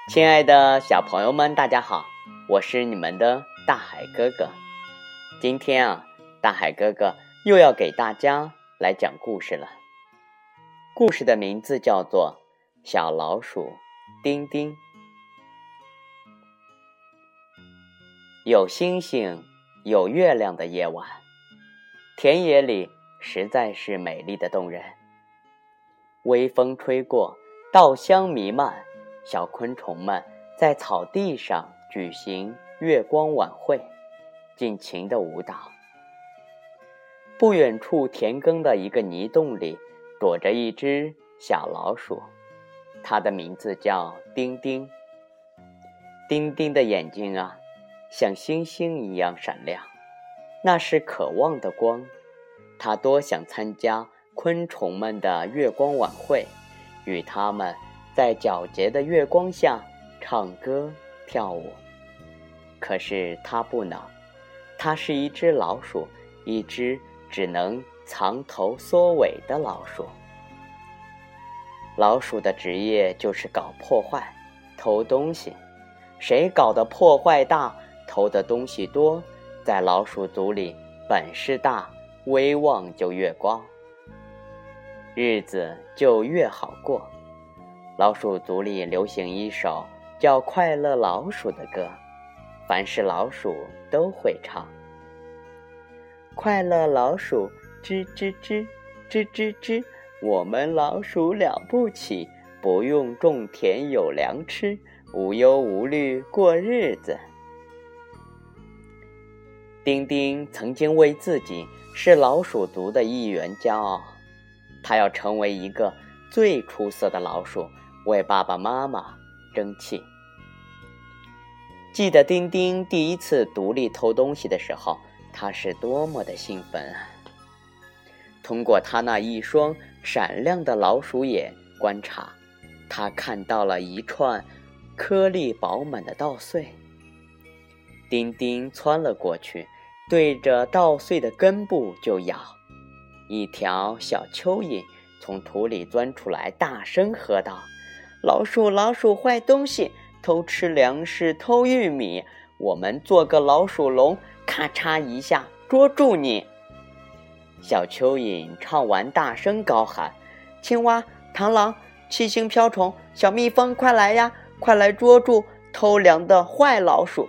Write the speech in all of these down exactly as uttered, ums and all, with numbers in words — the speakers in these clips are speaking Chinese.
亲爱的小朋友们，大家好，我是你们的大海哥哥。今天啊，大海哥哥又要给大家来讲故事了。故事的名字叫做《小老鼠丁丁》。有星星有月亮的夜晚，田野里实在是美丽的动人。微风吹过，稻香弥漫，小昆虫们在草地上举行月光晚会，尽情的舞蹈。不远处田埂的一个泥洞里躲着一只小老鼠，它的名字叫丁丁。丁丁的眼睛啊，像星星一样闪亮，那是渴望的光。它多想参加昆虫们的月光晚会，与它们在皎洁的月光下唱歌跳舞。可是它不能，它是一只老鼠，一只只能藏头缩尾的老鼠。老鼠的职业就是搞破坏，偷东西。谁搞得破坏大，偷的东西多，在老鼠族里本事大，威望就越高，日子就越好过。老鼠族里流行一首叫《快乐老鼠》的歌，凡是老鼠都会唱。快乐老鼠吱吱吱吱吱吱，我们老鼠了不起，不用种田有粮吃，无忧无虑过日子。丁丁曾经为自己是老鼠族的一员骄傲，他要成为一个最出色的老鼠，为爸爸妈妈争气。记得丁丁第一次独立偷东西的时候，他是多么的兴奋啊！通过他那一双闪亮的老鼠眼观察，他看到了一串颗粒饱满的稻穗。丁丁窜了过去，对着稻穗的根部就咬。一条小蚯蚓从土里钻出来，大声喝道：老鼠老鼠坏东西，偷吃粮食偷玉米，我们做个老鼠笼，咔嚓一下捉住你。小蚯蚓唱完大声高喊：青蛙螳螂七星瓢虫小蜜蜂，快来呀，快来捉住偷粮的坏老鼠。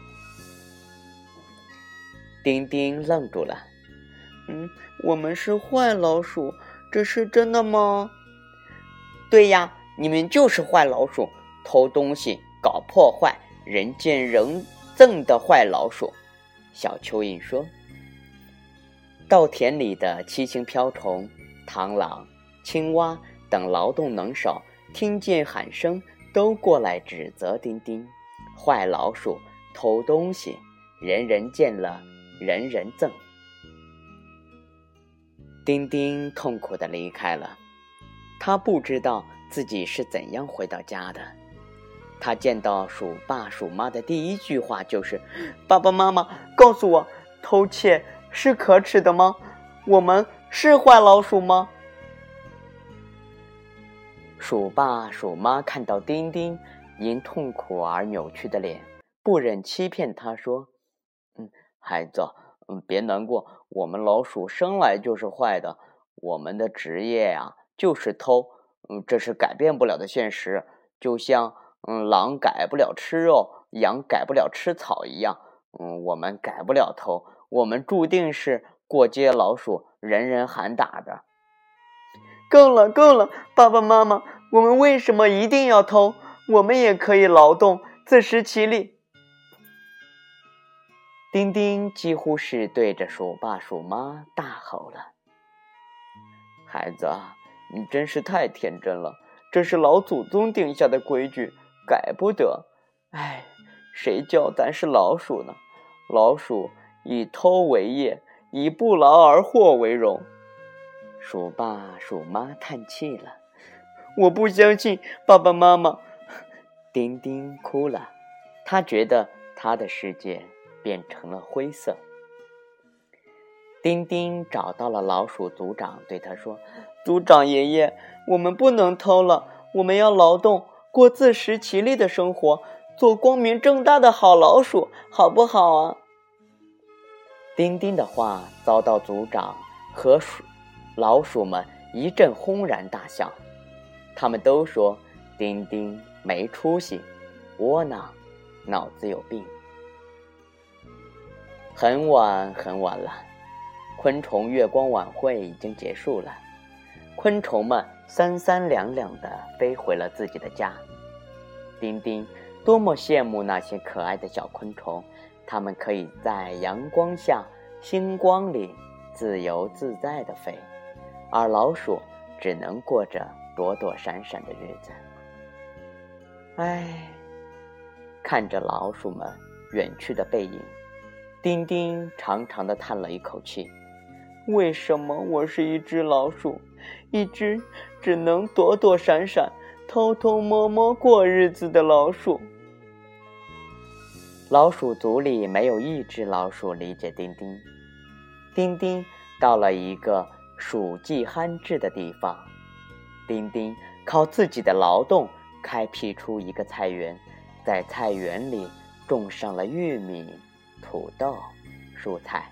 丁丁愣住了。嗯，我们是坏老鼠，这是真的吗？对呀，你们就是坏老鼠，偷东西搞破坏，人见人憎的坏老鼠。小蚯蚓说。稻田里的七星瓢虫、螳螂、青蛙等劳动能手听见喊声，都过来指责丁丁：坏老鼠，偷东西，人人见了人人憎。丁丁痛苦地离开了，他不知道自己是怎样回到家的。他见到鼠爸鼠妈的第一句话就是：爸爸妈妈，告诉我，偷窃是可耻的吗？我们是坏老鼠吗？鼠爸鼠妈看到丁丁因痛苦而扭曲的脸，不忍欺骗他说：嗯，孩子，嗯，别难过，我们老鼠生来就是坏的，我们的职业呀、啊、就是偷，嗯，这是改变不了的现实，就像嗯狼改不了吃肉，羊改不了吃草一样，嗯，我们改不了偷，我们注定是过街老鼠，人人喊打的。够了够了，爸爸妈妈，我们为什么一定要偷？我们也可以劳动，自食其力。丁丁几乎是对着鼠爸鼠妈大吼了：孩子啊，你真是太天真了，这是老祖宗定下的规矩，改不得。哎，谁叫咱是老鼠呢？老鼠以偷为业，以不劳而获为荣。鼠爸鼠妈叹气了：我不相信，爸爸妈妈。丁丁哭了，他觉得他的世界变成了灰色。丁丁找到了老鼠族长，对他说：族长爷爷，我们不能偷了，我们要劳动， 过自食其力的生活，做光明正大的好老鼠，好不好啊？丁丁的话遭到族长和鼠老鼠们一阵轰然大笑，他们都说丁丁没出息，窝囊，脑子有病。很晚很晚了，昆虫月光晚会已经结束了，昆虫们三三两两地飞回了自己的家。丁丁多么羡慕那些可爱的小昆虫，它们可以在阳光下、星光里自由自在地飞，而老鼠只能过着躲躲闪闪的日子。唉，看着老鼠们远去的背影，丁丁长长地叹了一口气，为什么我是一只老鼠，一只只能躲躲闪闪、偷偷摸摸过日子的老鼠？老鼠族里没有一只老鼠理解丁丁。丁丁到了一个鼠迹罕至的地方，丁丁靠自己的劳动开辟出一个菜园，在菜园里种上了玉米、土豆、蔬菜。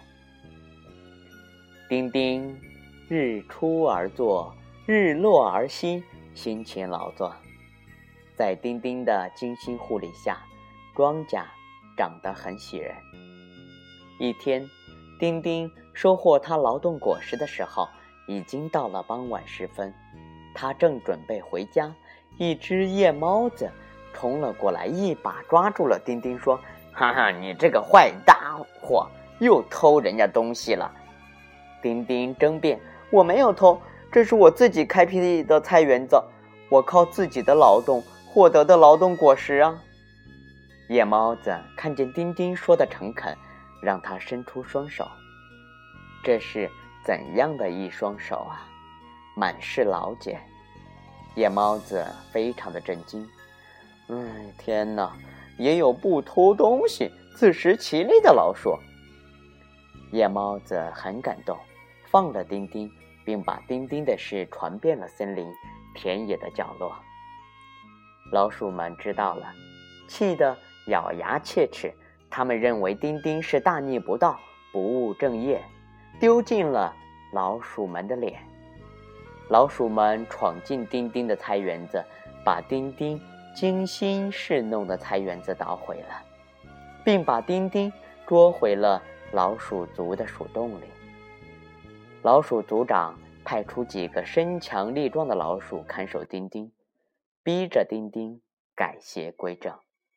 丁丁日出而作，日落而息，辛勤劳作。在丁丁的精心护理下，庄稼长得很喜人。一天，丁丁收获他劳动果实的时候，已经到了傍晚时分。他正准备回家，一只夜猫子冲了过来，一把抓住了丁丁，说：哈哈，你这个坏家伙，又偷人家东西了。丁丁争辩：我没有偷，这是我自己开辟的菜园子，我靠自己的劳动获得的劳动果实啊。夜猫子看见丁丁说的诚恳，让他伸出双手。这是怎样的一双手啊，满是老茧。夜猫子非常的震惊，哎，天哪，也有不偷东西自食其力的老鼠。夜猫子很感动，放了丁丁，并把丁丁的事传遍了森林、田野的角落。老鼠们知道了，气得咬牙切齿，他们认为丁丁是大逆不道、不务正业，丢尽了老鼠们的脸。老鼠们闯进丁丁的菜园子，把丁丁精心侍弄的菜园子捣毁了，并把丁丁捉回了老鼠族的鼠洞里。老鼠族长派出几个身强力壮的老鼠看守丁丁，逼着丁丁改邪归正。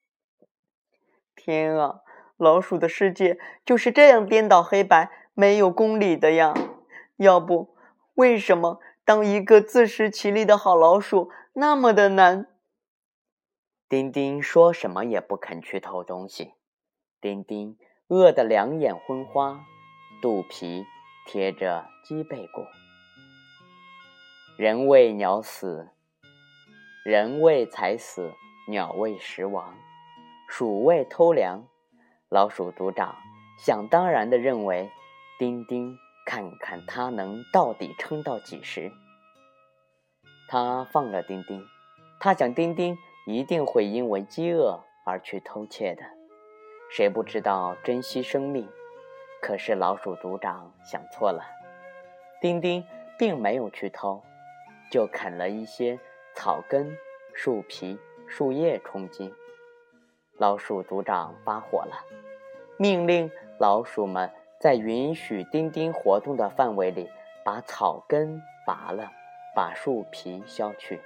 天啊，老鼠的世界就是这样颠倒黑白、没有公理的呀！要不，为什么当一个自食其力的好老鼠那么的难？丁丁说什么也不肯去偷东西。丁丁饿得两眼昏花，肚皮贴着鸡背骨。人为鸟死，人为财死，鸟为食亡，鼠为偷粮。老鼠族长想当然地认为，丁丁看看他能到底撑到几时。他放了丁丁，他想丁丁一定会因为饥饿而去偷窃的，谁不知道珍惜生命？可是老鼠族长想错了，丁丁并没有去偷，就啃了一些草根、树皮、树叶充饥。老鼠族长发火了，命令老鼠们在允许丁丁活动的范围里把草根拔了，把树皮削去。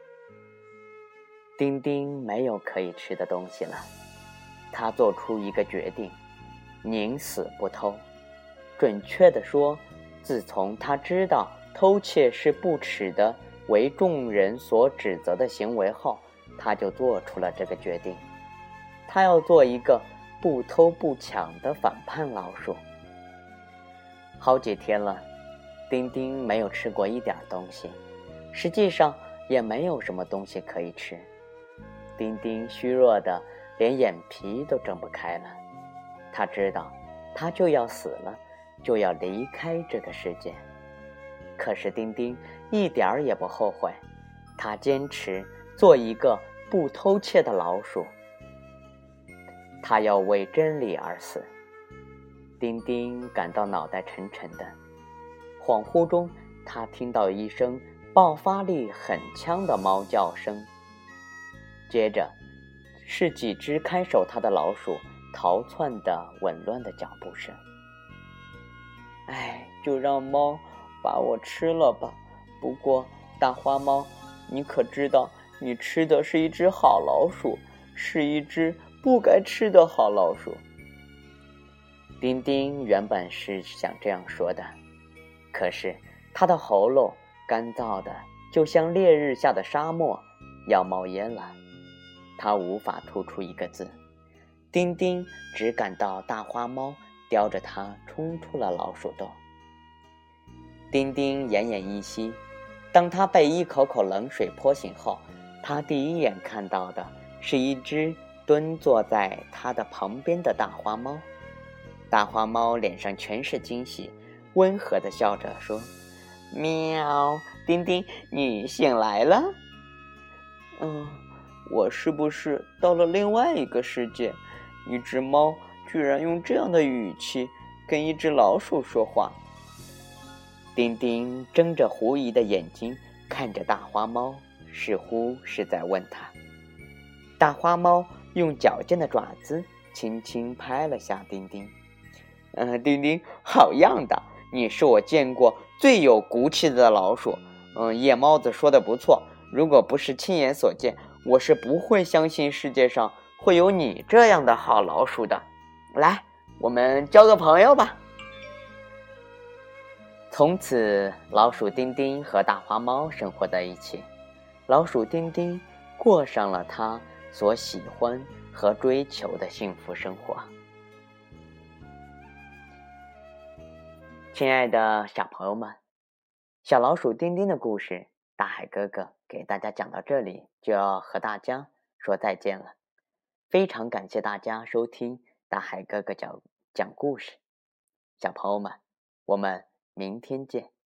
丁丁没有可以吃的东西了，他做出一个决定，宁死不偷。准确地说，自从他知道偷窃是不耻的、为众人所指责的行为后，他就做出了这个决定。他要做一个不偷不抢的反叛老鼠。好几天了，丁丁没有吃过一点东西，实际上也没有什么东西可以吃。丁丁虚弱的连眼皮都睁不开了，他知道他就要死了，就要离开这个世界。可是丁丁一点儿也不后悔，他坚持做一个不偷窃的老鼠。他要为真理而死。丁丁感到脑袋沉沉的，恍惚中他听到一声爆发力很强的猫叫声，接着是几只看守他的老鼠逃窜的紊乱的脚步声。哎，就让猫把我吃了吧，不过大花猫，你可知道你吃的是一只好老鼠，是一只不该吃的好老鼠。丁丁原本是想这样说的，可是他的喉咙干燥的就像烈日下的沙漠，要冒烟了，他无法吐出一个字。丁丁只感到大花猫叼着他冲出了老鼠洞。丁丁奄奄一息，当他被一口口冷水泼醒后，他第一眼看到的是一只蹲坐在他的旁边的大花猫。大花猫脸上全是惊喜，温和地笑着说：喵，丁丁，你醒来了？嗯，我是不是到了另外一个世界？一只猫居然用这样的语气跟一只老鼠说话。丁丁睁着狐疑的眼睛看着大花猫，似乎是在问他。大花猫用矫健的爪子轻轻拍了下丁丁。嗯、呃，丁丁，好样的，你是我见过最有骨气的老鼠。嗯，夜猫子说的不错，如果不是亲眼所见，我是不会相信世界上会有你这样的好老鼠的。来，我们交个朋友吧。从此，老鼠丁丁和大花猫生活在一起。老鼠丁丁过上了他所喜欢和追求的幸福生活。亲爱的小朋友们，小老鼠丁丁的故事，大海哥哥给大家讲到这里，就要和大家说再见了。非常感谢大家收听大海哥哥讲讲故事。小朋友们，我们明天见。